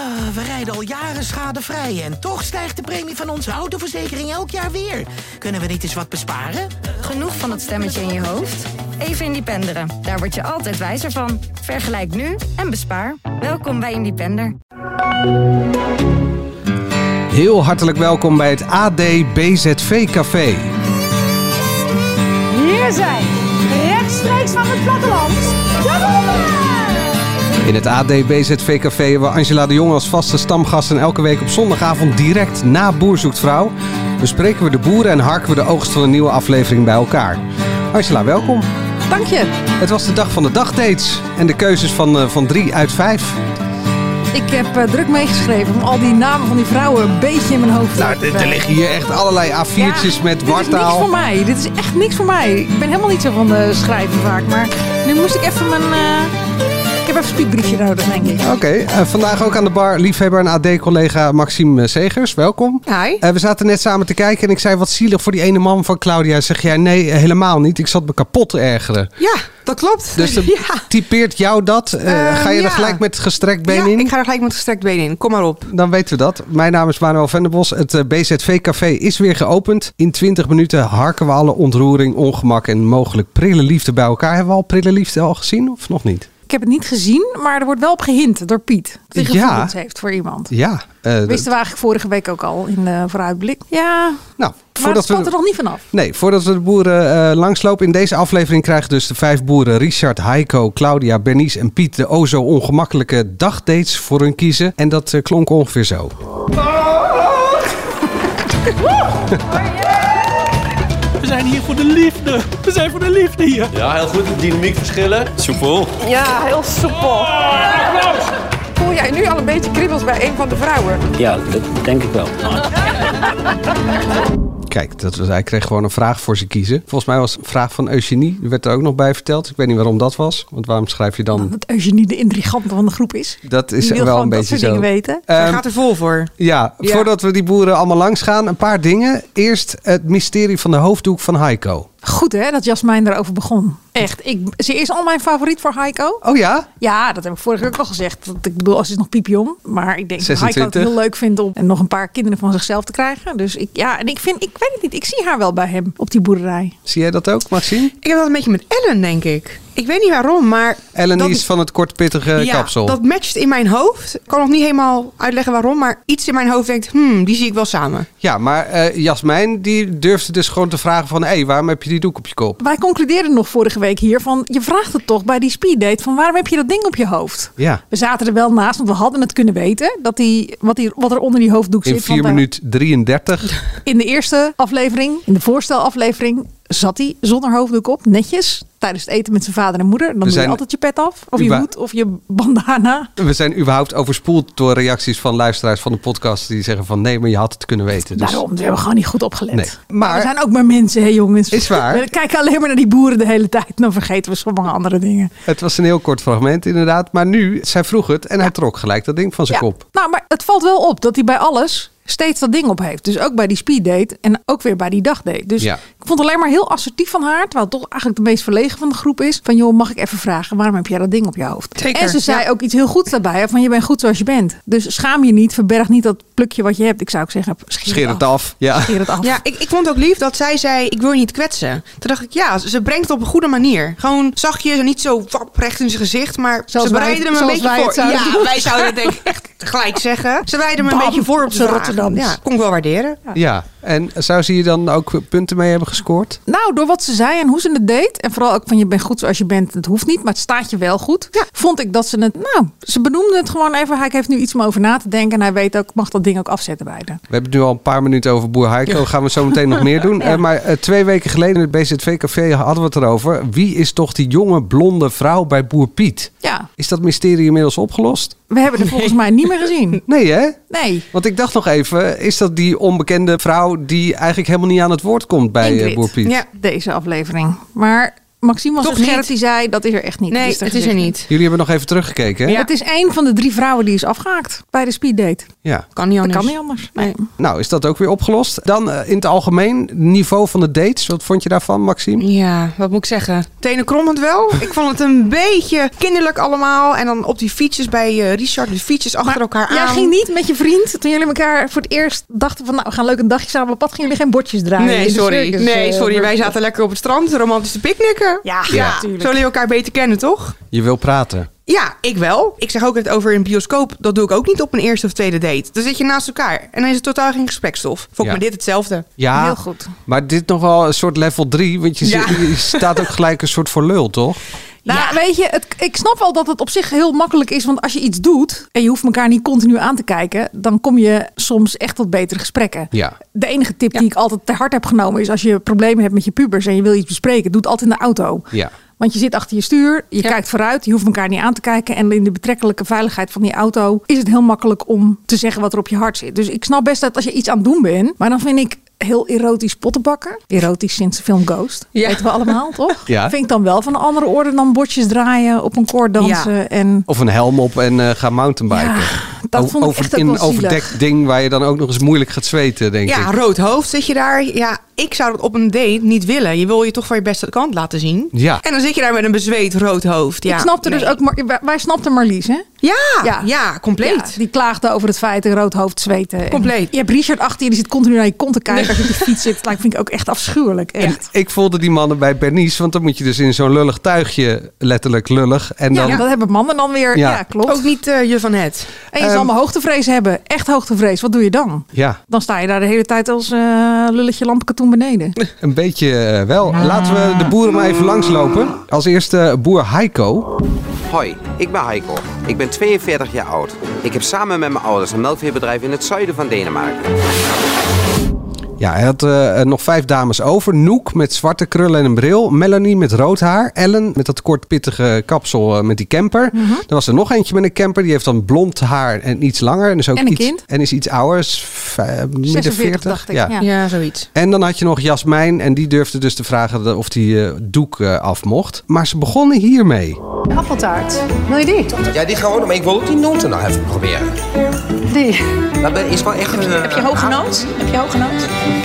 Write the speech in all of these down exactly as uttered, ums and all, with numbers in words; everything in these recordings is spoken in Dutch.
We rijden al jaren schadevrij en toch stijgt de premie van onze autoverzekering elk jaar weer. Kunnen we niet eens wat besparen? Genoeg van dat stemmetje in je hoofd? Even Independeren. Daar word je altijd wijzer van. Vergelijk nu en bespaar. Welkom bij Independer. Heel hartelijk welkom bij het A D B Z V Café. Hier zijn, rechtstreeks van het platteland, de boeren! In het A D B Z V Café hebben we Angela de Jong als vaste stamgast en elke week op zondagavond direct na Boer Zoekt Vrouw bespreken we de boeren en harken we de oogst van een nieuwe aflevering bij elkaar. Angela, welkom. Dank je. Het was de dag van de dagdates en de keuzes van, uh, van drie uit vijf. Ik heb uh, druk meegeschreven om al die namen van die vrouwen een beetje in mijn hoofd te Nou, er, er liggen hier echt allerlei A viertjes ja, met wartaal. Dit is niks voor mij. Dit is echt niks voor mij. Ik ben helemaal niet zo van de schrijven vaak. Maar nu moest ik even mijn... Uh... Ik heb even een spiekbriefje nodig, denk ik. Oké, okay, uh, vandaag ook aan de bar liefhebber en A D-collega Maxime Segers. Welkom. Hi. Uh, we zaten net samen te kijken en ik zei wat zielig voor die ene man van Claudia. Zeg jij nee, helemaal niet. Ik zat me kapot te ergeren. Ja, dat klopt. Dus de, ja. typeert jou dat? Uh, uh, ga je ja. er gelijk met gestrekt been ja, in? ik ga er gelijk met gestrekt been in. Kom maar op. Dan weten we dat. Mijn naam is Manuel Venderbos. Het uh, B Z V Café is weer geopend. In twintig minuten harken we alle ontroering, ongemak en mogelijk prille liefde bij elkaar. Hebben we al prille liefde al gezien of nog niet? Ik heb het niet gezien, maar er wordt wel op gehint door Piet. Dat hij gevoelens ja. heeft voor iemand. Ja. Uh, Wisten we eigenlijk vorige week ook al in de vooruitblik. Ja, nou, maar het valt er nog niet vanaf. Nee, voordat we de boeren uh, langslopen. In deze aflevering krijgen dus de vijf boeren Richard, Heiko, Claudia, Bernice en Piet de o zo ongemakkelijke dagdates voor hun kiezen. En dat uh, klonk ongeveer zo. We zijn hier voor de liefde. We zijn voor de liefde hier. Ja, heel goed. Dynamiek verschillen. Soepel. Ja, heel soepel. Voel jij nu al een beetje kriebels bij een van de vrouwen? Ja, dat denk ik wel. Kijk, dat was, hij kreeg gewoon een vraag voor ze kiezen. Volgens mij was een vraag van Eugenie. Die werd er ook nog bij verteld. Ik weet niet waarom dat was. Want waarom schrijf je dan... Nou, dat Eugenie de intrigante van de groep is. Dat is Die wil wel een beetje dat zo. Dingen weten. Um, Hij gaat er vol voor. Ja, ja, voordat we die boeren allemaal langs gaan. Een paar dingen. Eerst het mysterie van de hoofddoek van Heiko. Goed hè, dat Jasmijn daarover begon. Echt, ik, ze is al mijn favoriet voor Heiko. Oh ja? Ja, dat heb ik vorige week al gezegd. Dat, ik bedoel, ze is nog piepjong. Maar ik denk zesentwintig. dat Heiko het heel leuk vindt om nog een paar kinderen van zichzelf te krijgen. Dus ik, ja, en ik vind, ik weet het niet, ik zie haar wel bij hem op die boerderij. Zie jij dat ook, Maxime? Ik heb dat een beetje met Ellen, denk ik. Ik weet niet waarom, maar... Ellen dat, is van het kortpittige ja, kapsel. Dat matcht in mijn hoofd. Ik kan nog niet helemaal uitleggen waarom, maar iets in mijn hoofd denkt, hmm, die zie ik wel samen. Ja, maar uh, Jasmijn, die durfde dus gewoon te vragen van, hé, hey, waarom heb je die doek op je kop? Wij concludeerden nog vorige week hier van, je vraagt het toch bij die speeddate van, waarom heb je dat ding op je hoofd? Ja. We zaten er wel naast, want we hadden het kunnen weten, dat die, wat, die, wat er onder die hoofddoek in zit. In vier minuten drieëndertig. In de eerste aflevering, in de voorstelaflevering, zat hij zonder hoofddoek op, netjes, tijdens het eten met zijn vader en moeder. Dan we doe je altijd je pet af, of uba- je hoed, of je bandana. We zijn überhaupt overspoeld door reacties van luisteraars van de podcast die zeggen van nee, maar je had het kunnen weten. Dus... Daarom, we hebben gewoon niet goed opgelet. Nee. Maar, maar we zijn ook maar mensen, hè jongens. Is waar. We kijken alleen maar naar die boeren de hele tijd. Dan vergeten we sommige andere dingen. Het was een heel kort fragment inderdaad. Maar nu, zij vroeg het en hij trok gelijk dat ding van zijn ja. kop. Nou, maar het valt wel op dat hij bij alles steeds dat ding op heeft. Dus ook bij die speeddate en ook weer bij die dagdate. Dus ja. ik vond het alleen maar heel assertief van haar. Terwijl het toch eigenlijk de meest verlegen van de groep is. Van joh, mag ik even vragen, waarom heb jij dat ding op je hoofd? Zeker, en ze zei ja. ook iets heel goeds daarbij. Van je bent goed zoals je bent. Dus schaam je niet, verberg niet dat plukje wat je hebt. Ik zou ook zeggen, scheer, scheer het af. af. Ja. Scheer het af. Ja, ik, ik vond het ook lief dat zij zei, ik wil je niet kwetsen. Toen dacht ik, ja, ze brengt het op een goede manier. Gewoon zachtjes en niet zo wap recht in zijn gezicht. Maar zoals ze bereiden hem een beetje voor. Ja, doen. wij zouden het denk ik echt gelijk zeggen. Ze bereiden hem een Bam, beetje voor op zijn de Rotterdams. Ja, kon ik wel waarderen. Ja. ja, en zou ze hier dan ook punten mee hebben gescoord? Nou, door wat ze zei en hoe ze het deed. En vooral ook van je bent goed zoals je bent. Het hoeft niet, maar het staat je wel goed. Ja. Vond ik dat ze het, nou, ze benoemde het gewoon even. Hij heeft nu iets om over na te denken. En hij weet ook, mag dat ding ook afzetten bij de. We hebben het nu al een paar minuten over Boer Heiko. Ja. Gaan we zo meteen nog meer doen. Ja. Uh, maar uh, twee weken geleden in het B Z V Café hadden we het erover. Wie is toch die jonge blonde vrouw bij Boer Piet? Ja. Is dat mysterie inmiddels opgelost? We hebben er volgens mij niet meer gezien. Nee, hè? Nee. Want ik dacht nog even, is dat die onbekende vrouw die eigenlijk helemaal niet aan het woord komt bij uh, Boer Piet? Ja, deze aflevering. Maar Maxime was Toch zo scherp niet? die zei, dat is er echt niet. Nee, Dat het is er niet. Jullie hebben nog even teruggekeken, hè? Ja. Het is één van de drie vrouwen die is afgehaakt bij de speeddate. Ja. Kan niet Dat anders. kan niet anders. Nee. Nou, is dat ook weer opgelost. Dan uh, in het algemeen, niveau van de dates. Wat vond je daarvan, Maxime? Ja, wat moet ik zeggen? Tenen krommend wel. Ik vond het een beetje kinderlijk allemaal. En dan op die fietsjes bij uh, Richard, de fietsjes achter Maar elkaar jij aan. ging niet met je vriend, toen jullie elkaar voor het eerst dachten van, nou, we gaan leuk een dagje samen op pad, gingen jullie geen bordjes draaien? Nee, in de sorry. circus, nee, uh, sorry. Wij workshop? zaten lekker op het strand, romantisch te picknicken. Ja, Ja. natuurlijk. Zo leer je elkaar beter kennen, toch? Je wil praten. Ja, ik wel. Ik zeg ook het over een bioscoop. Dat doe ik ook niet op een eerste of tweede date. Dan zit je naast elkaar en dan is het totaal geen gesprekstof. Vond ik Ja. met dit hetzelfde. Ja, Heel goed. maar dit nog wel een soort level drie. Want je, Ja. zit- je staat ook gelijk een soort voor lul, toch? Nou, weet je, het, ik snap wel dat het op zich heel makkelijk is. Want als je iets doet en je hoeft elkaar niet continu aan te kijken, dan kom je soms echt tot betere gesprekken. Ja. De enige tip die ik altijd ter harte heb genomen is, als je problemen hebt met je pubers en je wil iets bespreken, doe het altijd in de auto. Ja. Want je zit achter je stuur, je Ja. kijkt vooruit, je hoeft elkaar niet aan te kijken. En in de betrekkelijke veiligheid van die auto is het heel makkelijk om te zeggen wat er op je hart zit. Dus ik snap best dat als je iets aan het doen bent, maar dan vind ik heel erotisch pottenbakken. Erotisch sinds de film Ghost. Ja. Weten we allemaal, toch? Ja. Vind ik dan wel van een andere orde dan bordjes draaien, op een koord dansen. Ja. En Of een helm op en uh, ga mountainbiken. Ja, dat O- vond ik over, echt ook in wel een zielig. overdekt ding waar je dan ook nog eens moeilijk gaat zweten, denk Ja, ik. rood hoofd zit je daar. Ja, ik zou dat op een date niet willen. Je wil je toch van je beste kant laten zien. Ja. En dan zit je daar met een bezweet rood hoofd. Ja, ik snapte dus nee. ook, maar wij- wij snapten Marlies, hè? Ja, Ja. ja, compleet. Ja, die klaagde over het feit dat rood hoofd zweten. En Compleet. je hebt Richard achter je, die zit continu naar je kont te kijken als je op de fiets zit. Dat vind ik ook echt afschuwelijk. Echt. Ik voelde die mannen bij Bernice, want dan moet je dus in zo'n lullig tuigje, letterlijk lullig. En dan, Ja, dat hebben mannen dan weer. Ja, Ja. klopt. Ook niet uh, je van het. En je Ehm, zal maar hoogtevrees hebben. Echt hoogtevrees. Wat doe je dan? ja, Dan sta je daar de hele tijd als uh, lulletje lampenkatoen beneden. een beetje uh, wel. Laten we de boeren maar even langslopen. Als eerste boer Heiko. Hoi, ik ben Heiko. Ik ben tweeënveertig jaar oud. Ik heb samen met mijn ouders een melkveebedrijf in het zuiden van Denemarken. Ja, hij had uh, nog vijf dames over. Noek met zwarte krullen en een bril. Melanie met rood haar. Ellen met dat kort pittige kapsel uh, met die camper. Mm-hmm. Er was er nog eentje met een camper. Die heeft dan blond haar en iets langer. En, is ook En een iets, kind. En is iets ouder. Is v- midden zesenveertig, veertig. dacht ik. Ja. Ja. Ja, zoiets. En dan had je nog Jasmijn. En die durfde dus te vragen of die uh, doek uh, af mocht. Maar ze begonnen hiermee. Appeltaart. Wil je die? Ja, die gaan we doen, maar ik wil ook die noten nog even proberen. Die. Dat is wel echt... Uh, Heb je hoge noot? Heb je hoge noot?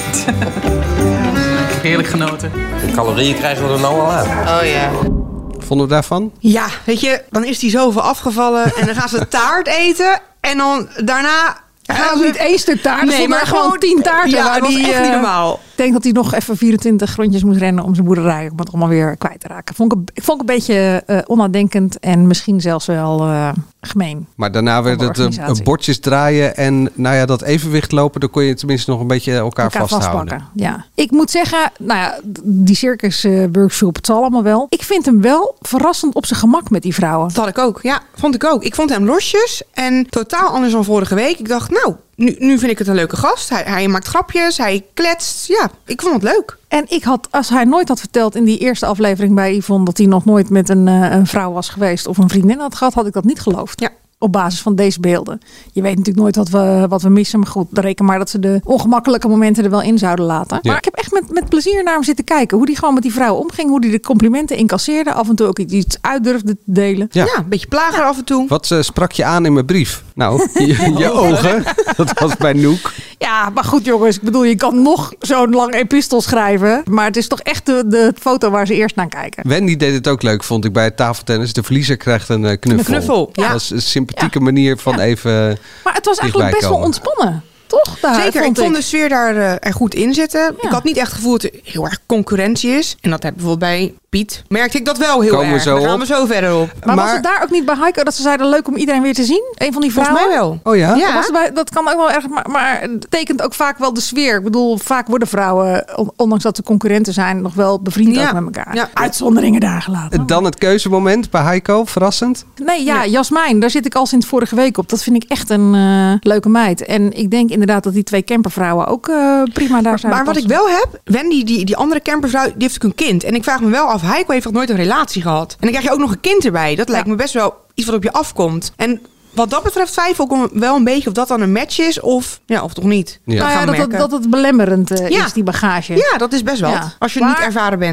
Heerlijk genoten. De calorieën krijgen we er nou al aan. Oh ja. Vonden we daarvan? Ja, weet je, dan is die zoveel afgevallen. En dan gaan ze taart eten. En dan daarna gaan ze... niet één stuk taart. Nee, Nee, maar maar gewoon gewoon- tien taarten. Ja, waar dat was die, echt niet eh, normaal. Ik denk dat hij nog even vierentwintig rondjes moest rennen om zijn boerderij. Om het allemaal weer kwijt te raken. Vond ik, ik vond ik een beetje uh, onnadenkend. En misschien zelfs wel uh, gemeen. Maar daarna werd de het uh, organisatie. bordjes draaien. En nou ja, dat evenwicht lopen. Dan kon je tenminste nog een beetje elkaar, elkaar vasthouden. vastpakken. Ja. Ik moet zeggen, nou ja, die circus uh, workshop, het zal allemaal wel. Ik vind hem wel verrassend op zijn gemak met die vrouwen. Dat had ik ook. Ja, vond ik ook. Ik vond hem losjes en totaal anders dan vorige week. Ik dacht, nou, nu, nu vind ik het een leuke gast. Hij, hij maakt grapjes, hij kletst. Ja, ik vond het leuk. En ik had, als hij nooit had verteld in die eerste aflevering bij Yvonne dat hij nog nooit met een, uh, een vrouw was geweest of een vriendin had gehad, had ik dat niet geloofd. Ja. Op basis van deze beelden. Je weet natuurlijk nooit wat we, wat we missen. Maar goed, reken maar dat ze de ongemakkelijke momenten er wel in zouden laten. Ja. Maar ik heb echt met, met plezier naar hem zitten kijken. Hoe die gewoon met die vrouw omging. Hoe die de complimenten incasseerde. Af en toe ook iets uit durfde te delen. Ja. Ja, een beetje plager af en toe. Wat uh, sprak je aan in mijn brief? Nou, je, je ogen. Dat was bij Noek. Ja, maar goed jongens. Ik bedoel, je kan nog zo'n lang epistel schrijven. Maar het is toch echt de, de foto waar ze eerst naar kijken. Wendy deed het ook leuk, vond ik, bij het tafeltennis. De verliezer krijgt een uh, knuffel. Een knuffel, ja. Dat was een sympathieke Ja. manier van Ja. even Maar het was eigenlijk best wel komen. ontspannen. Toch? Daar, Zeker, ik vond de sfeer daar uh, er goed in zitten. Ja. Ik had niet echt het gevoel dat er heel erg concurrentie is. En dat heb bijvoorbeeld bij Piet. Merkte ik dat wel heel Komen we erg. zo Daar gaan op. we zo verder op. Maar, was Maar- het daar ook niet bij Heiko dat ze zeiden leuk om iedereen weer te zien? Een van die vrouwen? Volgens mij wel. Oh ja? Ja. Was het bij, dat kan ook wel erg, maar, maar het tekent ook vaak wel de sfeer. Ik bedoel, vaak worden vrouwen, on- ondanks dat ze concurrenten zijn, nog wel bevriend Ja. ook met elkaar. Ja. Uitzonderingen daar gelaten. Dan het keuzemoment bij Heiko, verrassend. Nee, ja, Jasmijn, daar zit ik al sinds vorige week op. Dat vind ik echt een uh, leuke meid. En ik denk inderdaad dat die twee campervrouwen ook uh, prima daar zijn. Maar wat ik wel heb, Wendy, die, die andere campervrouw, die heeft ook een kind. En ik vraag me wel af, Heiko heeft nog nooit een relatie gehad. En dan krijg je ook nog een kind erbij. Dat lijkt Ja. me best wel iets wat op je afkomt. En wat dat betreft twijfel ik wel een beetje of dat dan een match is of, ja, of toch niet. Ja. Nou ja, Gaan we dat, het, merken. dat het belemmerend uh, Ja. is, die bagage. Ja, dat is best wel. Ja. Als je Maar- niet ervaren bent.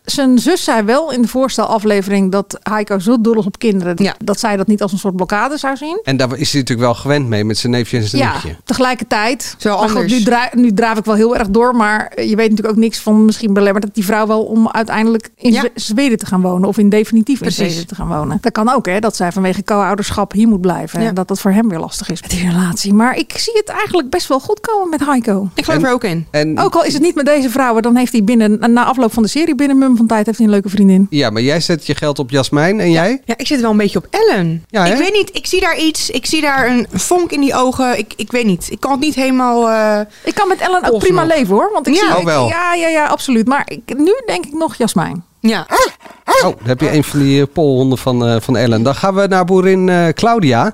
Zijn zus zei wel in de voorstelaflevering dat Heiko zo dol is op kinderen. Ja. Dat zij dat niet als een soort blokkade zou zien. En daar is hij natuurlijk wel gewend mee met zijn neefje en zijn ja, nichtje. Tegelijkertijd. Zo anders. Goed, nu, draai, nu draaf ik wel heel erg door. Maar je weet natuurlijk ook niks van misschien belemmerd dat die vrouw wel om uiteindelijk in ja. Zweden te gaan wonen. Of in definitief Precies. in Zweden te gaan wonen. Dat kan ook hè. Dat zij vanwege co-ouderschap hier moet blijven. Ja. En dat dat voor hem weer lastig is met die relatie. Maar ik zie het eigenlijk best wel goed komen met Heiko. Ik geloof er ook in. En, ook al is het niet met deze vrouwen. Dan heeft hij binnen, na afloop van de serie, binnen mum van tijd, heeft hij een leuke vriendin. Ja, maar jij zet je geld op Jasmijn en jij? Ja, ik zit wel een beetje op Ellen. Ja, ik weet niet, ik zie daar iets. Ik zie daar een vonk in die ogen. Ik, ik weet niet. Ik kan het niet helemaal... Uh, ik kan met Ellen ook prima nog. leven hoor. Want ik ja. zie, oh, wel. Ik, ja, ja, ja, absoluut. Maar ik, nu denk ik nog Jasmijn. Ja. Oh, dan heb je een van die uh, polhonden van, uh, van Ellen. Dan gaan we naar boerin uh, Claudia.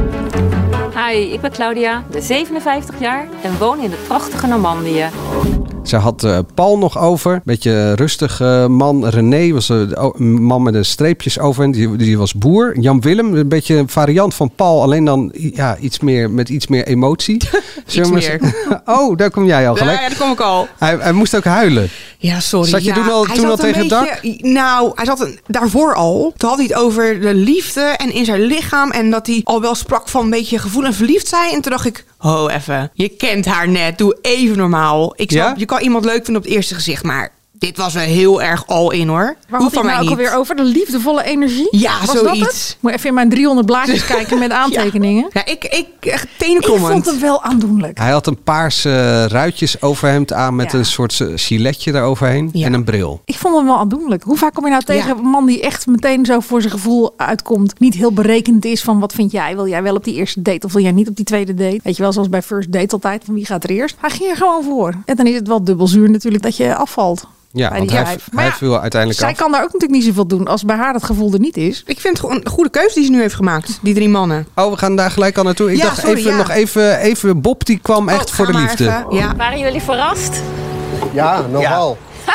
Hi, ik ben Claudia, ben zevenenvijftig jaar en woon in het prachtige Normandië. Ze had uh, Paul nog over. Beetje rustig uh, man. René was uh, een man met een streepjes over hem. Die, die was boer. Jan Willem, een beetje een variant van Paul. Alleen dan ja, iets meer, met iets meer emotie. iets meer. Oh, daar kom jij al gelijk. Ja, ja daar kom ik al. Hij, hij moest ook huilen. Ja, sorry. Zat je ja, toen al, toen al tegen beetje, het dak? Nou, hij zat een, daarvoor al. Toen had hij het over de liefde en in zijn lichaam. En dat hij al wel sprak van een beetje gevoel en verliefd zijn. En toen dacht ik, ho even. Je kent haar net. Doe even normaal. Ik snap, ja? Je kan iemand leuk vinden op het eerste gezicht. Maar dit was wel heel erg all in hoor. Waar had hij nou ook alweer over? De liefdevolle energie? Ja, was zoiets. Dat het? Moet even in mijn driehonderd blaadjes kijken met aantekeningen. Ja, ja ik, ik echt tenenkrommend. Ik vond hem wel aandoenlijk. Hij had een paars uh, ruitjes overhemd aan met ja. een soort uh, giletje eroverheen ja. en een bril. Ik vond hem wel aandoenlijk. Hoe vaak kom je nou tegen ja. een man die echt meteen zo voor zijn gevoel uitkomt. Niet heel berekend is van wat vind jij? Wil jij wel op die eerste date of wil jij niet op die tweede date? Weet je wel, zoals bij first date altijd. Van wie gaat er eerst? Hij ging er gewoon voor. En dan is het wel dubbel zuur natuurlijk dat je afvalt. Ja, want hij, hij ja, viel uiteindelijk zij af. kan daar ook natuurlijk niet zoveel doen als bij haar dat gevoel er niet is. Ik vind het gewoon een goede keuze die ze nu heeft gemaakt, die drie mannen. Oh, we gaan daar gelijk al naartoe. Ik ja, dacht sorry, even, ja. nog even, even, Bob die kwam echt oh, voor de liefde. Even, ja. Waren jullie verrast? Ja, nogal. Ja.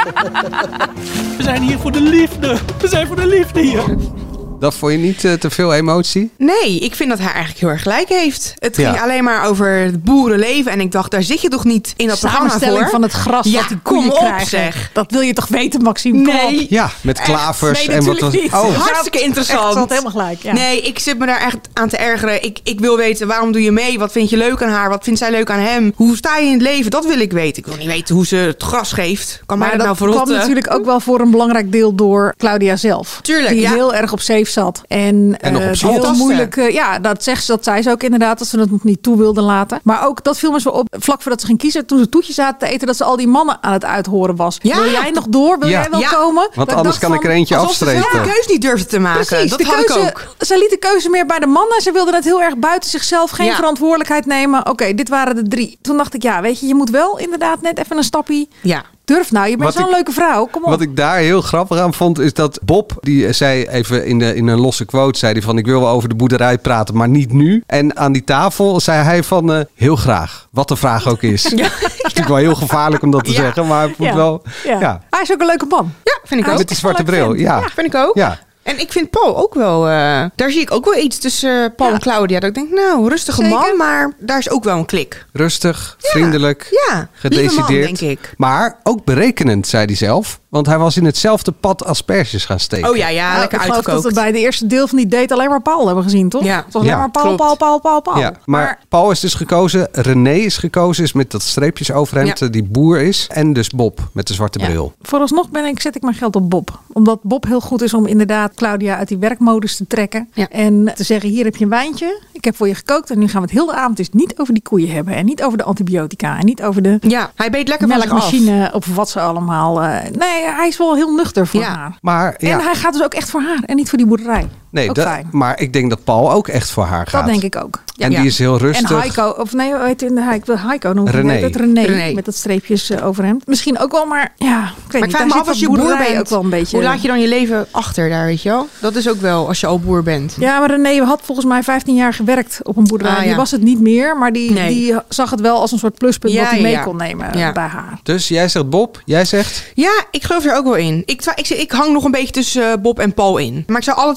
We zijn hier voor de liefde. We zijn voor de liefde hier. Dat vond je niet uh, te veel emotie? Nee, ik vind dat hij eigenlijk heel erg gelijk heeft. Het ging ja. alleen maar over het boerenleven. En ik dacht, daar zit je toch niet in dat programma voor? Samenstelling van het gras ja, wat die koeien kom krijgen. Op, zeg. Dat wil je toch weten, Maxime? Nee. Ja, met klavers. Nee, en wat was niet. Oh, hartstikke interessant. Echt, dat helemaal gelijk. Ja. Nee, ik zit me daar echt aan te ergeren. Ik, ik wil weten, waarom doe je mee? Wat vind je leuk aan haar? Wat vindt zij leuk aan hem? Hoe sta je in het leven? Dat wil ik weten. Ik wil niet weten hoe ze het gras geeft. Kan mij maar dat nou verrotten? Dat kwam natuurlijk ook wel voor een belangrijk deel door Claudia zelf. Tuurlijk, die ja. heel erg op safe zat. En En nog op uh, heel moeilijk. Uh, ja, dat zegt ze, dat zei ze ook inderdaad, dat ze het nog niet toe wilde laten. Maar ook dat viel me zo op, vlak voordat ze ging kiezen, toen ze toetjes zaten te eten, dat ze al die mannen aan het uithoren was. Ja. Wil jij nog door? Wil ja. jij wel ja. komen? Want dat anders kan van, ik er eentje afstrepen. Alsof ze de keuze niet durfde te maken. Precies, dat de had keuze, ik ook. Ze liet de keuze meer bij de mannen. Ze wilde het heel erg buiten zichzelf, geen ja. verantwoordelijkheid nemen. Oké, okay, dit waren de drie. Toen dacht ik, ja, weet je, je moet wel inderdaad net even een stapje. Ja. Durf nou, je bent zo'n leuke vrouw. Kom op. Wat ik daar heel grappig aan vond, is dat Bob, die zei even in, de, in een losse quote, zei hij van, ik wil wel over de boerderij praten, maar niet nu. En aan die tafel zei hij van, uh, heel graag. Wat de vraag ook is. Ja. Het is natuurlijk wel heel gevaarlijk om dat te ja. zeggen, maar het moet ja. wel... Ja. Ja. Hij is ook een leuke man. Ja, vind ik hij ook. Met die zwarte bril, ja. ja. Vind ik ook. Ja. En ik vind Paul ook wel... Uh, daar zie ik ook wel iets tussen uh, Paul ja. en Claudia. Dat ik denk, nou, rustige Zeker. man, maar daar is ook wel een klik. Rustig, ja. vriendelijk, ja. gedecideerd. Man, denk ik. Maar ook berekenend, zei hij zelf. Want hij was in hetzelfde pad asperges gaan steken. Oh ja, ja, ja lekker uitgekookt. Ik geloof dat we bij de eerste deel van die date alleen maar Paul hebben gezien, toch? Ja. Het was alleen ja, maar Paul, klopt. Paul, Paul, Paul, Paul. Ja, maar, maar Paul is dus gekozen. René is gekozen, is met dat streepjes overhemd, ja. die boer is. En dus Bob met de zwarte ja. bril. Vooralsnog ben ik, zet ik mijn geld op Bob. Omdat Bob heel goed is om inderdaad Claudia uit die werkmodus te trekken. Ja. En te zeggen, hier heb je een wijntje. Ik heb voor je gekookt. En nu gaan we het heel de avond dus niet over die koeien hebben. En niet over de antibiotica. En niet over de ja, hij beet lekker melkmachine of wat ze allemaal. Uh, nee, hij is wel heel nuchter voor ja. haar. Maar, ja. En hij gaat dus ook echt voor haar. En niet voor die boerderij. Nee, dat, maar ik denk dat Paul ook echt voor haar gaat. Dat denk ik ook. Ja, en die ja. is heel rustig. En Heiko, of nee, hoe heet het? Heiko, Heiko noemt René. het René, René. met dat streepjes uh, over hem. Misschien ook wel, maar ja, ik weet maar niet. Ik vraag me af als je boer bent, ook wel een beetje. Hoe laat je dan je leven achter daar, weet je wel? Dat is ook wel als je al boer bent. Ja, maar René had volgens mij vijftien jaar gewerkt op een boerderij. Ah, ja. Die was het niet meer, maar die, nee. die zag het wel als een soort pluspunt ja, wat hij mee ja. kon nemen ja. bij haar. Dus jij zegt Bob, jij zegt? Ja, ik geloof er ook wel in. Ik, ik, ik hang nog een beetje tussen Bob en Paul in. Maar ik zou alle twee eigenlijk wel leuk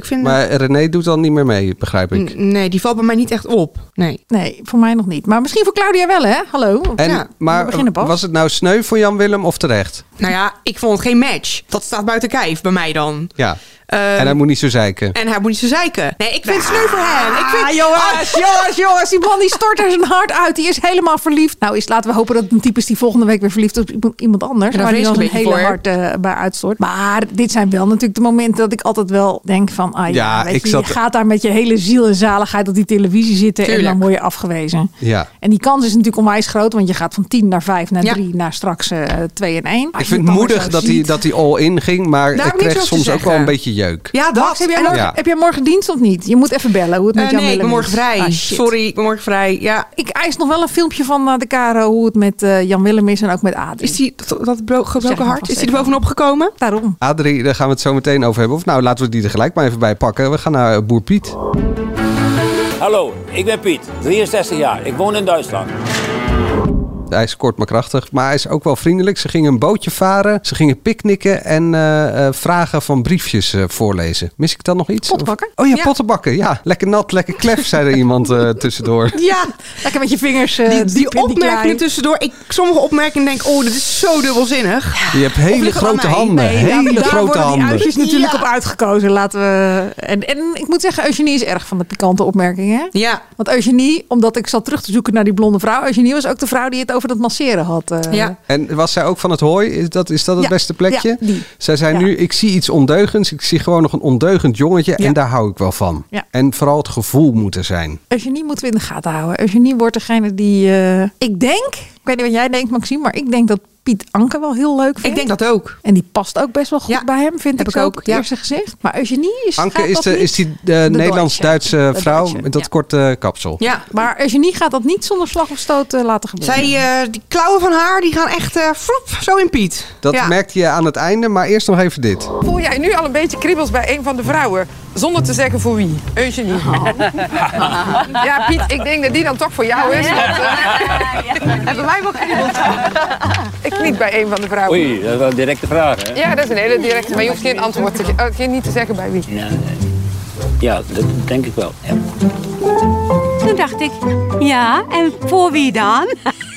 leuk vinden. Maar René doet dan niet meer mee, begrijp ik. N- nee, die valt bij mij niet echt op. Nee. Nee, voor mij nog niet. Maar misschien voor Claudia wel, hè? Hallo. En, Ja, maar we beginnen pas. was het nou sneu voor Jan-Willem of terecht? Nou ja, ik vond het geen match. Dat staat buiten kijf bij mij dan. Ja. Um, en hij moet niet zo zeiken. En hij moet niet zo zeiken. Nee, ik vind het sneu voor hem. Ik vind, Ah, jongens, jongens, jongens. Die man die stort er zijn hart uit. Die is helemaal verliefd. Nou, is, laten we hopen dat het een type is die volgende week weer verliefd is op iemand- iemand anders. Ja, daar waar hij vrees dan ik zijn een hele beetje hart uh, bij uitstort. Maar dit zijn wel natuurlijk de momenten dat ik altijd wel denk van... Ah, ja, Ja, weet ik je, zat- je gaat daar met je hele ziel en zaligheid op die televisie zitten. Tuurlijk. En dan word je afgewezen. Ja. En die kans is natuurlijk onwijs groot. Want je gaat van tien naar vijf naar Ja. drie naar straks uh, twee en één. Ik vind het moedig dat hij, dat hij all in ging. Maar Daar ik heb ik niks kreeg over te soms ook zeggen. wel een beetje jeuk. Ja, dat. Max, heb jij, En- morgen, Ja. heb jij morgen dienst of niet? Je moet even bellen hoe het met Uh, Jan nee, ik ben Willem morgen is. vrij. Ah, shit. Sorry, ik ben morgen vrij. Ja. Ik eis nog wel een filmpje van uh, de Caro hoe het met uh, Jan Willem is en ook met Adrie. Is die, dat, dat bro- Zeg gebroken maar hart, vast is die er even. bovenop gekomen? Daarom. Adrie, daar gaan we het zo meteen over hebben. Of nou, laten we die er gelijk maar even bij pakken. We gaan naar uh, Boer Piet. Hallo, ik ben Piet, drieënzestig jaar. Ik woon in Duitsland. Hij is kort maar krachtig, maar hij is ook wel vriendelijk. Ze gingen een bootje varen, ze gingen picknicken en uh, uh, vragen van briefjes uh, voorlezen. Mis ik dan nog iets? Pottenbakken? Of- Oh ja, Ja. pottenbakken. Ja, lekker nat, lekker klef, zei er iemand uh, tussendoor. Ja. Lekker met je vingers uh, Die, diep die in die opmerkingen klei. tussendoor. Ik, sommige opmerkingen denk oh, dit is zo dubbelzinnig. Je hebt hele ligt het aan grote mij? handen. Nee, hele daar, daar grote worden die handen. uitjes natuurlijk Ja. op uitgekozen. Laten we... en, en ik moet zeggen, Eugenie is erg van de pikante opmerkingen. Ja. Want Eugenie, omdat ik zat terug te zoeken naar die blonde vrouw. Eugenie was ook de vrouw die het over dat masseren had. Uh, Ja. En was zij ook van het hooi? Is dat, is dat het Ja, beste plekje? ja, die. Zij zei Ja. nu, ik zie iets ondeugends. Ik zie gewoon nog een ondeugend jongetje. Ja. En daar hou ik wel van. Ja. En vooral het gevoel moet er zijn. Eugenie moeten we in de gaten houden. Eugenie wordt degene die... uh, ik denk, ik weet niet wat jij denkt Maxime, maar ik denk dat Piet Anke wel heel leuk vindt. Ik denk dat ook. En die past ook best wel goed Ja, bij hem, vind heb ik, ik zo ook, op het ja. eerste gezicht. Maar Eugenie is... Anke gaat is, dat de, niet- is die de, Nederlands-Duitse De vrouw Deutsche, met dat ja. korte kapsel. Ja. Maar Eugenie gaat dat niet zonder slag of stoot uh, laten gebeuren. Zij, uh, die klauwen van haar, die gaan echt uh, floep, zo in Piet. Dat ja. merkte je aan het einde, maar eerst nog even dit. Voel jij nu al een beetje kriebels bij een van de vrouwen? Zonder te zeggen voor wie? Eugenie. Ja, Piet, ik denk dat die dan toch voor jou is. Want, uh, en bij mij wel kriebels. Ik niet bij een van de vrouwen. Oei, dat is wel een directe vraag, hè? Ja, dat is een hele directe, maar je hoeft geen antwoord te geven. Geen niet te zeggen bij wie. Ja, ja, dat denk ik wel. Ja. Toen dacht ik, ja, en voor wie dan?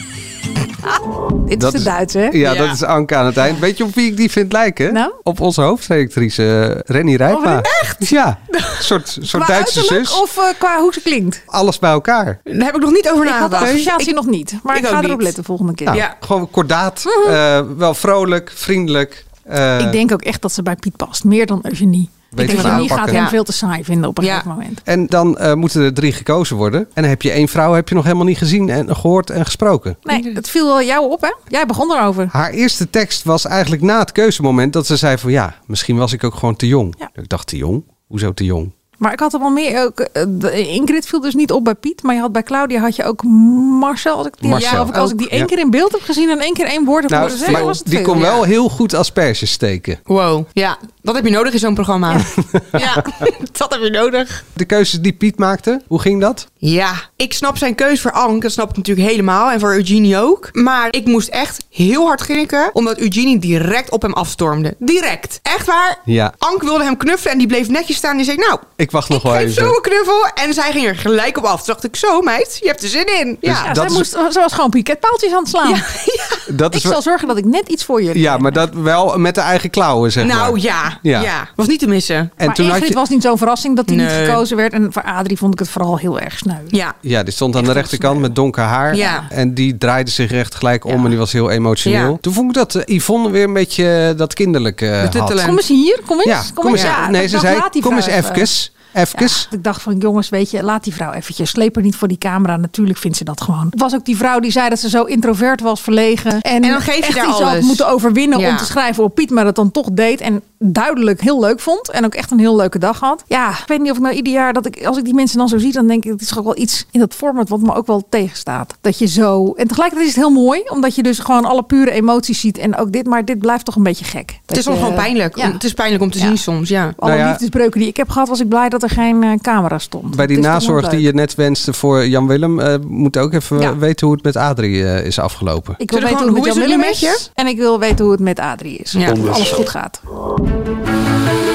Dit Dat is de is- Duits, hè? Ja, Ja. dat is Anke aan het eind. Weet je op wie ik die vind lijken? Nou? Op onze hoofdredactrice uh, Renny Rijpma. Oh, echt? Ja, een soort, soort Qua Duitse uiterlijk zus. of uh, qua hoe ze klinkt? Alles bij elkaar. Daar heb ik nog niet over Ik had de nagedacht. associatie Ik- nog niet. Maar ik ik, ga ook erop niet. letten volgende keer. Nou, Ja. Gewoon kordaat, uh, wel vrolijk, vriendelijk. Uh, Ik denk ook echt dat ze bij Piet past. Meer dan Eugenie. Ik Weet denk je dat van Eugenie gaat aanpakken. hem Ja. veel te saai vinden op een Ja. gegeven moment. En dan uh, moeten er drie gekozen worden. En dan heb je één vrouw heb je nog helemaal niet gezien en gehoord en gesproken. Nee, het viel wel jou op, hè? Jij begon erover. Haar eerste tekst was eigenlijk na het keuzemoment dat ze zei van ja, misschien was ik ook gewoon te jong. Ja. Ik dacht te jong? Hoezo te jong? Maar ik had er wel meer. Ook, eh, de- Ingrid viel dus niet op bij Piet. Maar je had bij Claudia had je ook Marcel. Als ik die, Marcel. ja, of ik, als ik die één Ja. keer in beeld heb gezien en één keer één woord heb Nou, horen zeggen, maar was het die veel. kon Ja. wel heel goed asperges steken. Wow, ja, dat heb je nodig in zo'n programma. Ja, dat heb je nodig. De keuzes die Piet maakte, hoe ging dat? Ja, ik snap zijn keus voor Anke. Dat snap ik natuurlijk helemaal. En voor Eugenie ook. Maar ik moest echt heel hard grinniken. Omdat Eugenie direct op hem afstormde. Direct. Echt waar. Ja. Anke wilde hem knuffelen. En die bleef netjes staan. Die zei, nou, Ik wacht nog wel geef even. zo een knuffel. En zij ging er gelijk op af. Toen dacht ik, zo meid, je hebt er zin in. Dus Ja, Ja, dat zij is- moest, ze was gewoon piketpaaltjes aan het slaan. ja, Dat Ik is wel- zal zorgen dat ik net iets voor je. Ja, maar dat wel met de eigen klauwen, zeg maar. nou ja, Ja. ja, was niet te missen. En Maar toen had Ingrid je... was niet zo'n verrassing dat hij Nee. niet gekozen werd. En voor Adrie vond ik het vooral heel erg sneu. Ja, Ja, die stond aan de rechterkant met donker haar. Ja. En die draaide zich recht gelijk om Ja. en die was heel emotioneel. Ja. Toen vond ik dat eh, Yvonne weer een beetje eh, dat kinderlijke eh, had. Betuttelen. Kom eens hier, kom eens. Ja, kom eens. Ja, nee, ik ze dacht, zei, laat die kom eens vrouw even. Even. Ja, ik dacht van jongens, weet je, laat die vrouw eventjes. Sleep er niet voor die camera. Natuurlijk vindt ze dat gewoon. Het was ook die vrouw die zei dat ze zo introvert was, verlegen. En, En dan geef je echt daar iets alles. had moeten overwinnen Ja. om te schrijven op Piet. Maar dat dan toch deed. En duidelijk heel leuk vond. En ook echt een heel leuke dag had. Ja, ik weet niet of ik nou ieder jaar, dat ik, als ik die mensen dan zo zie, dan denk ik, het is ook wel iets in dat format wat me ook wel tegenstaat. Dat je zo, en tegelijkertijd is het heel mooi. Omdat je dus gewoon alle pure emoties ziet. En ook dit, maar dit blijft toch een beetje gek. Dat het is soms je- gewoon pijnlijk. Ja. Om- Het is pijnlijk om te Ja. zien soms, ja. Alle Nou ja, liefdesbreuken die ik heb gehad, was ik blij dat er geen eh, camera stond. Bij die Het is toch nazorg wel die leuk. je net wenste voor Jan-Willem, uh, moet ook even Ja. weten hoe het met Adrie uh, is afgelopen. Ik wil Zullen we weten hoe gewoon- het met hoe Jan is het nu Willem met is. En ik wil weten hoe het met Adrie is. Ja. Of alles goed gaat.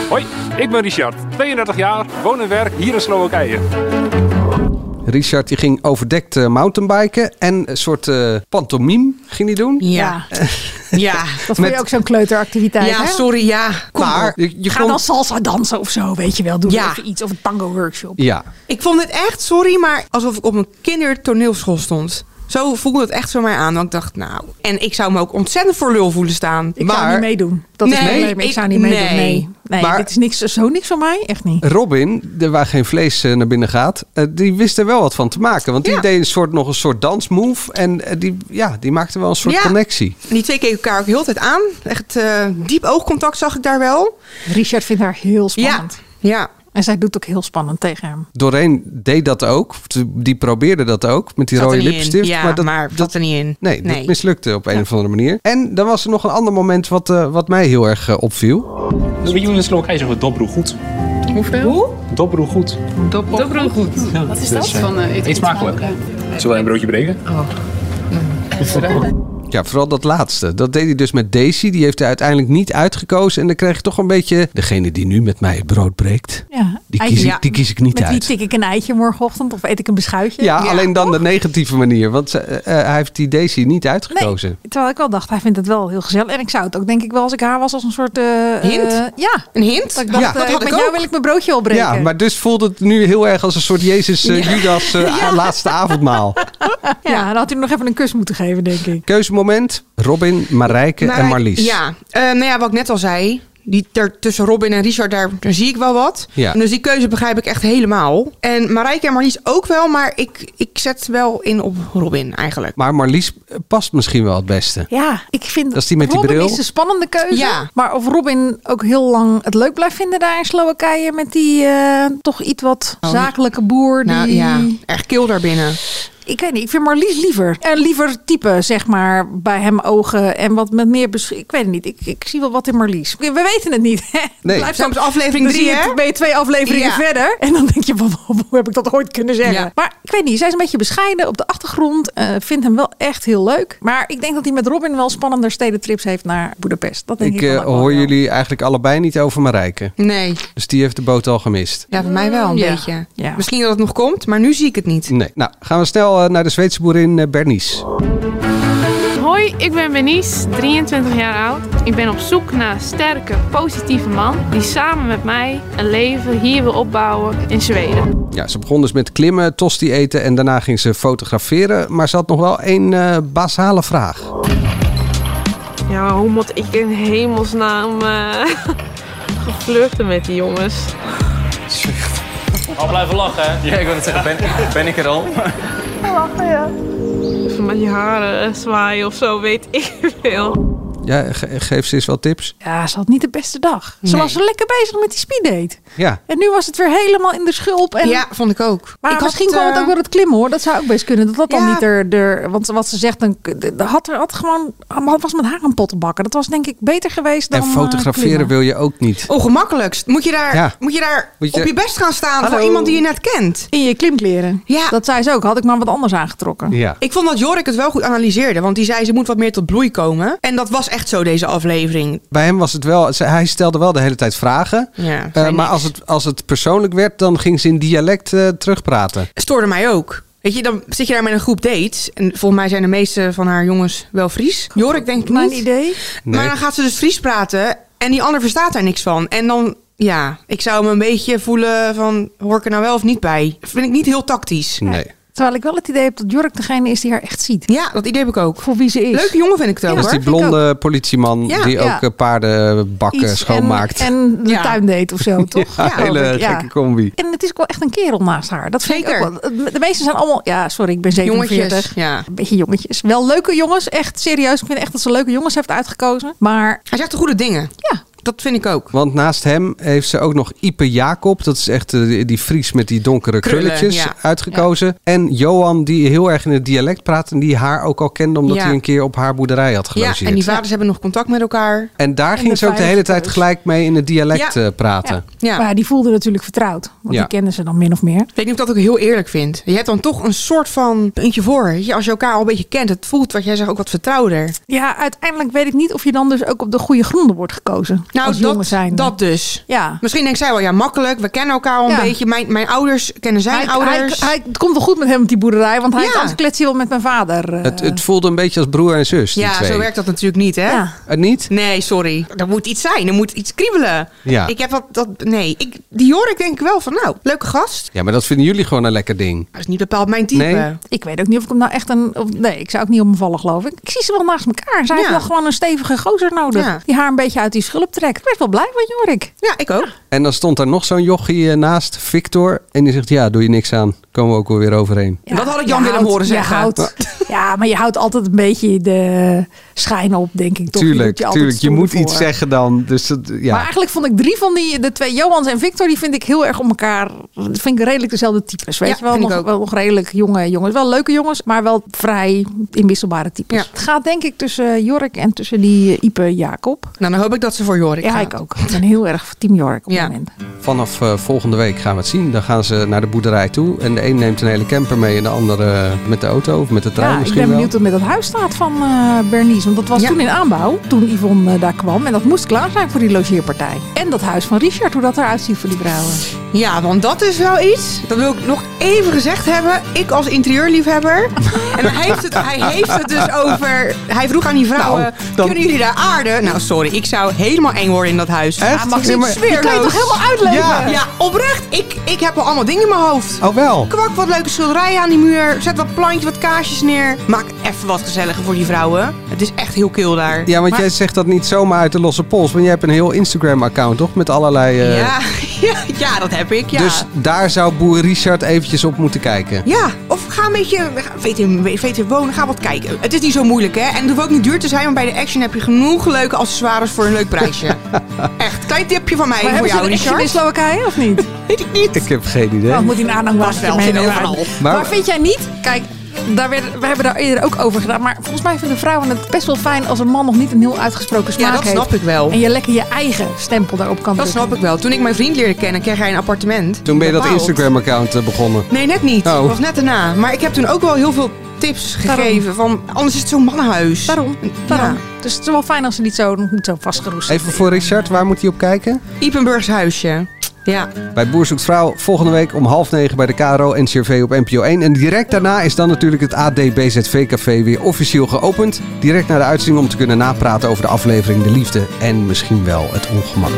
Hoi, ik ben Richard, tweeëndertig jaar, woon en werk hier in Slowakije. Richard die ging overdekt uh, mountainbiken en een soort uh, pantomime ging hij doen. Ja. Ja. Dat vond je ook zo'n kleuteractiviteit, Ja, hè? sorry, ja. Kom Maar op. je, je Ga kon... dan salsa dansen of zo, weet je wel. Doe Ja. even iets of een tango workshop. Ja. Ik vond het echt, sorry, maar alsof ik op een kindertoneelschool stond. Zo voelde het echt voor mij aan. Want ik dacht, nou... En ik zou me ook ontzettend voor lul voelen staan. Ik Maar- zou niet meedoen. Dat is Nee, mijn probleem. Ik ik- zou niet meedoen, nee. nee. Nee, Maar- dit is niks, zo niks van mij. Echt niet. Robin, de, waar geen vlees uh, naar binnen gaat, uh, die wist er wel wat van te maken. Want die Ja. deed een soort, nog een soort dansmove. En uh, die, ja, die maakte wel een soort Ja. connectie. Die twee keken elkaar ook heel de tijd aan. Echt uh, diep oogcontact zag ik daar wel. Richard vindt haar heel spannend. Ja. Ja. En zij doet ook heel spannend tegen hem. Doreen deed dat ook. Die probeerde dat ook met die Zat er rode niet in. lipstift. Ja, maar dat, maar zat er niet in. Nee, Nee. dat mislukte op een of andere manier. En dan was er nog een ander moment wat, uh, wat mij heel erg uh, opviel. Dus bij jullie in Slowakije zeggen we dobro goed. Hoeveel? Hoe? Dobro goed. Dobro goed. Ja, Wat is dat? dus, uh, Van, uh, eet smakelijk. Zullen wij een broodje breken? Oh. Ja, vooral dat laatste. Dat deed hij dus met Daisy. Die heeft hij uiteindelijk niet uitgekozen. En dan kreeg je toch een beetje... Degene die nu met mij het brood breekt, Ja. die, Eitje. kies ik, Ja. die kies ik niet Met wie uit. tik ik een eitje morgenochtend of eet ik een beschuitje? Ja, alleen dan de negatieve manier. Want uh, hij heeft die Daisy niet uitgekozen. Nee, terwijl ik wel dacht, hij vindt het wel heel gezellig. En ik zou het ook denk ik wel als ik haar was als een soort... uh, Hint? uh, ja. Een hint? Dat ik dacht, Ja, uh, dat had met ik jou ook. wil ik mijn broodje opbreken. Ja, maar dus voelde het nu heel erg als een soort Jezus uh, Judas uh, laatste avondmaal. Ja, dan had hij nog even een kus moeten geven, denk ik. Keuzemoment, Robin, Marijke Maar- en Marlies. Ja, uh, nou ja, wat ik net al zei. Die, daar, tussen Robin en Richard, daar, daar zie ik wel wat. Ja. En dus die keuze begrijp ik echt helemaal. En Marijke en Marlies ook wel, maar ik, ik zet wel in op Robin eigenlijk. Maar Marlies past misschien wel het beste. Ja, ik vind Dat is die met die Robin bril. is een spannende keuze. Ja. Maar of Robin ook heel lang het leuk blijft vinden daar in Slowakije... met die uh, toch iets wat Oh, zakelijke boer. Die... Nou ja, erg kil daarbinnen. Ik weet niet, ik vind Marlies liever. Een liever type, zeg maar, bij hem ogen. En wat met meer... besch- Ik weet het niet, ik, ik zie wel wat in Marlies. We weten het niet. Hè? Nee. Blijft Soms dan- aflevering dan drie, zie je, hè? ben je twee afleveringen Ja. verder. En dan denk je, van, hoe heb ik dat ooit kunnen zeggen? Ja. Maar ik weet niet, zij is een beetje bescheiden op de achtergrond. Uh, vindt hem wel echt heel leuk. Maar ik denk dat hij met Robin wel spannender stedentrips heeft naar Boedapest. Dat denk ik, Ik wel uh, ook wel, hoor ja. jullie eigenlijk allebei niet over Marijke. Nee, Dus die heeft de boot al gemist. ja, voor mij wel een Ja. beetje. Ja. Misschien dat het nog komt, maar nu zie ik het niet. Nee. Nou, gaan we snel uh, naar de Zweedse boerin uh, Bernice. Hoi, ik ben Bernice, drieëntwintig jaar oud. Ik ben op zoek naar een sterke, positieve man die samen met mij een leven hier wil opbouwen in Zweden. Ja, ze begon dus met klimmen, tosti eten en daarna ging ze fotograferen. Maar ze had nog wel één uh, basale vraag. Ja, hoe moet ik in hemelsnaam uh, geflirten met die jongens? Al blijven lachen, hè? Ja, ik wil het zeggen, ben, ben ik er al? Lachen, ja. Even met je haren zwaaien of zo, weet ik veel. Ja, ge- geef ze eens wel tips. Ja, ze had niet de beste dag. Ze Nee. was zo lekker bezig met die speeddate. Ja. En nu was het weer helemaal in de schulp. En... Ja, vond ik ook. Maar ik misschien had, kwam het uh, ook door het klimmen hoor. Dat zou ook best kunnen. Dat dat dan Ja. niet er, er... Want wat ze zegt, dan de- had er had gewoon... was met haar een pot te bakken. Dat was denk ik beter geweest dan En uh, fotograferen klimmen. wil je ook niet. Ongemakkelijkst. Moet je daar, Ja. moet je daar Moet je- op je best gaan staan Hallo. voor iemand die je net kent? In je klimkleren. Ja. Dat zei ze ook. Had ik maar wat anders aangetrokken. Ja. Ik vond dat Jorik het wel goed analyseerde. Want die zei ze moet wat meer tot bloei komen. En dat was echt zo deze aflevering. Bij hem was het wel, ze- hij stelde wel de hele tijd vragen. Ja, Uh, zei maar niks. als het, als het persoonlijk werd, dan ging ze in dialect uh, terugpraten. Stoorde mij ook. Weet je, dan zit je daar met een groep dates. En volgens mij zijn de meeste van haar jongens wel Fries. Jorik denk ik Mijn niet. idee. Nee. Maar dan gaat ze dus Fries praten. En die ander verstaat daar niks van. En dan, ja, ik zou me een beetje voelen van... hoor ik er nou wel of niet bij? Vind ik niet heel tactisch. Nee. Terwijl ik wel het idee heb dat Jork degene is die haar echt ziet. Ja, dat idee heb ik ook. Voor wie ze is. Leuke jongen vind ik het ook, Dat is hoor. die blonde politieman Ja. die Ja. ook uh, paardenbakken Iets schoonmaakt. En, en de Ja. tuin deed of zo, toch? Ja, geloof hele ik, ja. gekke combi. En het is ook wel echt een kerel naast haar. Dat vind Zeker. ik ook wel. De meeste zijn allemaal... Ja, sorry, ik ben zevenenveertig. Jongetjes, ja. Een beetje jongetjes. Wel leuke jongens. Echt serieus. Ik vind echt dat ze leuke jongens heeft uitgekozen. Maar Hij zegt de goede dingen. ja, Dat vind ik ook. Want naast hem heeft ze ook nog Ipe Jacob. Dat is echt uh, die- die Fries met die donkere Krullen, krulletjes ja. uitgekozen. En Johan die heel erg in het dialect praat. En die haar ook al kende omdat Ja. hij een keer op haar boerderij had Ja, gelogeerd. en die vaders hebben nog contact met elkaar. En daar En ging de ze ook de hele veilige tijd keus. gelijk mee in het dialect Ja. uh, praten. Ja. maar die voelde natuurlijk vertrouwd. Want Ja. die kenden ze dan min of meer. Ik weet niet of ik dat ook heel eerlijk vind. Je hebt dan toch een soort van puntje voor. Weet je, als je elkaar al een beetje kent. Het voelt wat jij zegt ook wat vertrouwder. Ja, uiteindelijk weet ik niet of je dan dus ook op de goede gronden wordt gekozen. Nou, als dat, jongen zijn. dat dus. Ja. Misschien denkt zij wel, ja, makkelijk. We kennen elkaar al een Ja. beetje. Mijn, mijn ouders kennen zijn Hij, ouders. hij, hij, het komt wel goed met hem met die boerderij, want hij Ja. anders klets hij wel met mijn vader. uh. Het, het voelde een beetje als broer en zus, die ja, twee. zo werkt dat natuurlijk niet, hè? Ja. Het niet? Nee, sorry. Er moet iets zijn. Er moet iets kriebelen. Ja. Ik heb dat... dat nee. Ik, die Jorik denk ik wel van, nou, leuke gast. Ja, maar dat vinden jullie gewoon een lekker ding. Dat is niet bepaald mijn type. Nee. Ik weet ook niet of ik hem nou echt een... Of, nee, ik zou ook niet op hem vallen, geloof ik. Ik zie ze wel naast elkaar. Zij Ja. heeft wel gewoon een stevige gozer nodig. Ja. Die haar een beetje uit die schulp trekt. Ik werd wel blij van Jorik. Ja, ik ook. En dan stond er nog zo'n jochie eh, naast, Victor. En die zegt, ja, doe je niks aan. Komen we ook wel weer overheen. Dat had ik Jan Je willen houdt- horen je zeggen. houdt- ja, maar je houdt altijd een beetje de schijn op, denk ik. Toch? Tuurlijk, je, doet je, altijd tuurlijk. Je stoer moet iets voor. zeggen dan. Dus dat, ja. Maar eigenlijk vond ik drie van die, de twee Johans en Victor, die vind ik heel erg om elkaar. Dat vind ik redelijk dezelfde types. Weet Ja, je wel, vind ik nog, ook. wel nog redelijk jonge jongens. Wel leuke jongens, maar wel vrij inwisselbare types. Ja. Het gaat denk ik tussen Jorik en tussen die uh, Ipe Jacob. Nou, dan hoop ik dat ze voor Jorik Ja, gaat. ik ook. Ik ben heel erg team Jorik op Ja. het moment. Vanaf uh, volgende week gaan we het zien. Dan gaan ze naar de boerderij toe. En de een neemt een hele camper mee en de andere uh, met de auto of met de trein Ja, ik misschien ben wel. benieuwd hoe het met dat huis staat van uh, Bernice. Want dat was Ja. toen in aanbouw, toen Yvonne uh, daar kwam. En dat moest klaar zijn voor die logeerpartij. En dat huis van Richard, hoe dat eruit ziet voor die vrouwen. Ja, want dat is wel iets. Dat wil ik nog even gezegd hebben. Ik als interieurliefhebber. En hij heeft het, hij heeft het dus over... Hij vroeg aan die vrouwen... Nou, dan- Kunnen jullie daar aarden? Nou, sorry. Ik zou helemaal eng worden in dat huis. Echt? Ja, Maxime, Ja, maar- sfeerloos. Die kan je toch helemaal uitleggen? Ja, ja, oprecht. Ik, ik heb al allemaal dingen in mijn hoofd. Oh wel? Kwak wat leuke schilderijen aan die muur. Zet wat plantjes, wat kaarsjes neer. Maak even wat gezelliger voor die vrouwen. Het is echt heel kil daar. Ja, want Maar- jij zegt dat niet zomaar uit de losse pols. Want jij hebt een heel Instagram-account, toch? Met allerlei... uh, Ja, ja, ja, dat heb ik, ja. Dus daar zou boer Richard eventjes op moeten kijken. Ja, of ga een beetje, weet je, weet je, wonen, ga wat kijken. Het is niet zo moeilijk, hè. En het hoeft ook niet duur te zijn, want bij de Action heb je genoeg leuke accessoires voor een leuk prijsje. Echt, klein tipje van mij Maar voor hebben ze jou, een Action Richard. in Slowakije of niet? Weet ik niet. Ik heb geen idee. Oh, moet die een aanhangwagen wel, meenemen. zit overal. Maar, Maar- vind jij niet? Kijk, daar werd, we hebben daar eerder ook over gedaan. Maar volgens mij vinden vrouwen het best wel fijn als een man nog niet een heel uitgesproken smaak Ja, dat heeft. snap ik wel. En je lekker je eigen stempel daarop kan Dat drukken. snap ik wel. Toen ik mijn vriend leerde kennen, kreeg hij een appartement. Toen ben je dat Bepaald. Instagram-account uh, begonnen. Nee, net niet. Oh. Dat was net daarna. Maar ik heb toen ook wel heel veel tips Daarom. gegeven. Van, anders is het zo'n mannenhuis. Daarom. Daarom. Ja. Dus het is wel fijn als ze niet zo, niet zo vastgeroest zijn. Even voor Richard, waar moet hij op kijken? Ipenburgs huisje. Ja. Bij Boer Zoekt Vrouw volgende week om half negen bij de K R O en N C R V op N P O één. En direct daarna is dan natuurlijk het A D B Z V-café weer officieel geopend. Direct naar de uitzending om te kunnen napraten over de aflevering De Liefde en misschien wel het ongemak.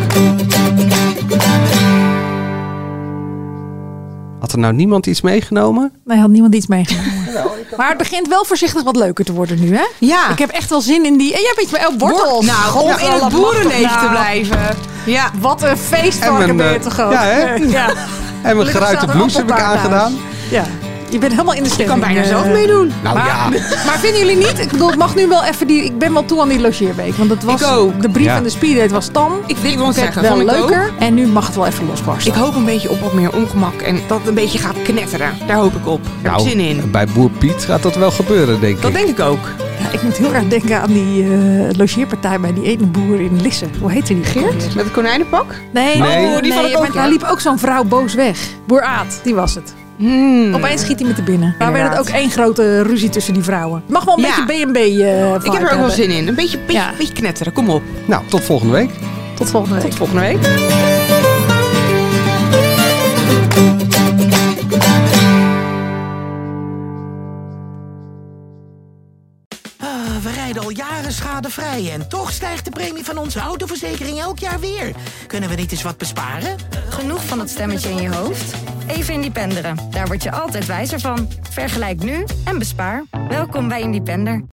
Had er nou niemand iets meegenomen? Nee, had niemand iets meegenomen. Maar het begint wel voorzichtig wat leuker te worden nu, hè? Ja. Ik heb echt wel zin in die... En jij weet je, oh, wortels. Nou, om in het boerenleven te blijven. Ja. Wat een feestvarken En ben je mijn, toch ook. ja, hè? Ja. En mijn Gelukkig geruite staat er blouse heb ik appeltaart aangedaan. thuis. Ja. Je bent helemaal in de Ik stemming. kan bijna eh. zelf meedoen. Nou maar, ja. maar vinden jullie niet? Ik bedoel, het mag nu wel even die... Ik ben wel toe aan die logeerweek. Want het was... Ik ook. De brief Ja. en de speeddate was tam. Ik wil wel Het werd zeggen, wel vond ik leuker. ook. En nu mag het wel even losbarsten. Ik hoop een beetje op wat meer ongemak en dat het een beetje gaat knetteren. Daar hoop ik op. Daar heb ik zin in. bij Boer Piet gaat dat wel gebeuren, denk ik. Dat denk ik ook. Ja, ik moet heel erg denken aan die uh, logeerpartij bij die ene boer in Lisse. Hoe heette die? Geert? Met het konijnenpak? Nee, Nee. oh, die van nee, het maar ook, daar ja. liep ook zo'n vrouw boos weg. Boer Aad, die was het. Hmm. Opeens schiet hij met de binnen. Daar werd het Inderdaad. ook één grote ruzie tussen die vrouwen. Het mag wel een Ja. beetje B en B uh, Ik heb er ook wel zin in. Een beetje, beetje, Ja. beetje knetteren. Kom op. Nou, tot volgende week. Tot volgende week. Tot volgende week. Ah, we rijden al jaren schadevrij en toch stijgt de premie van onze autoverzekering elk jaar weer. Kunnen we niet eens wat besparen? Genoeg van dat stemmetje in je hoofd? Even Independeren. Daar word je altijd wijzer van. Vergelijk nu en bespaar. Welkom bij Independer.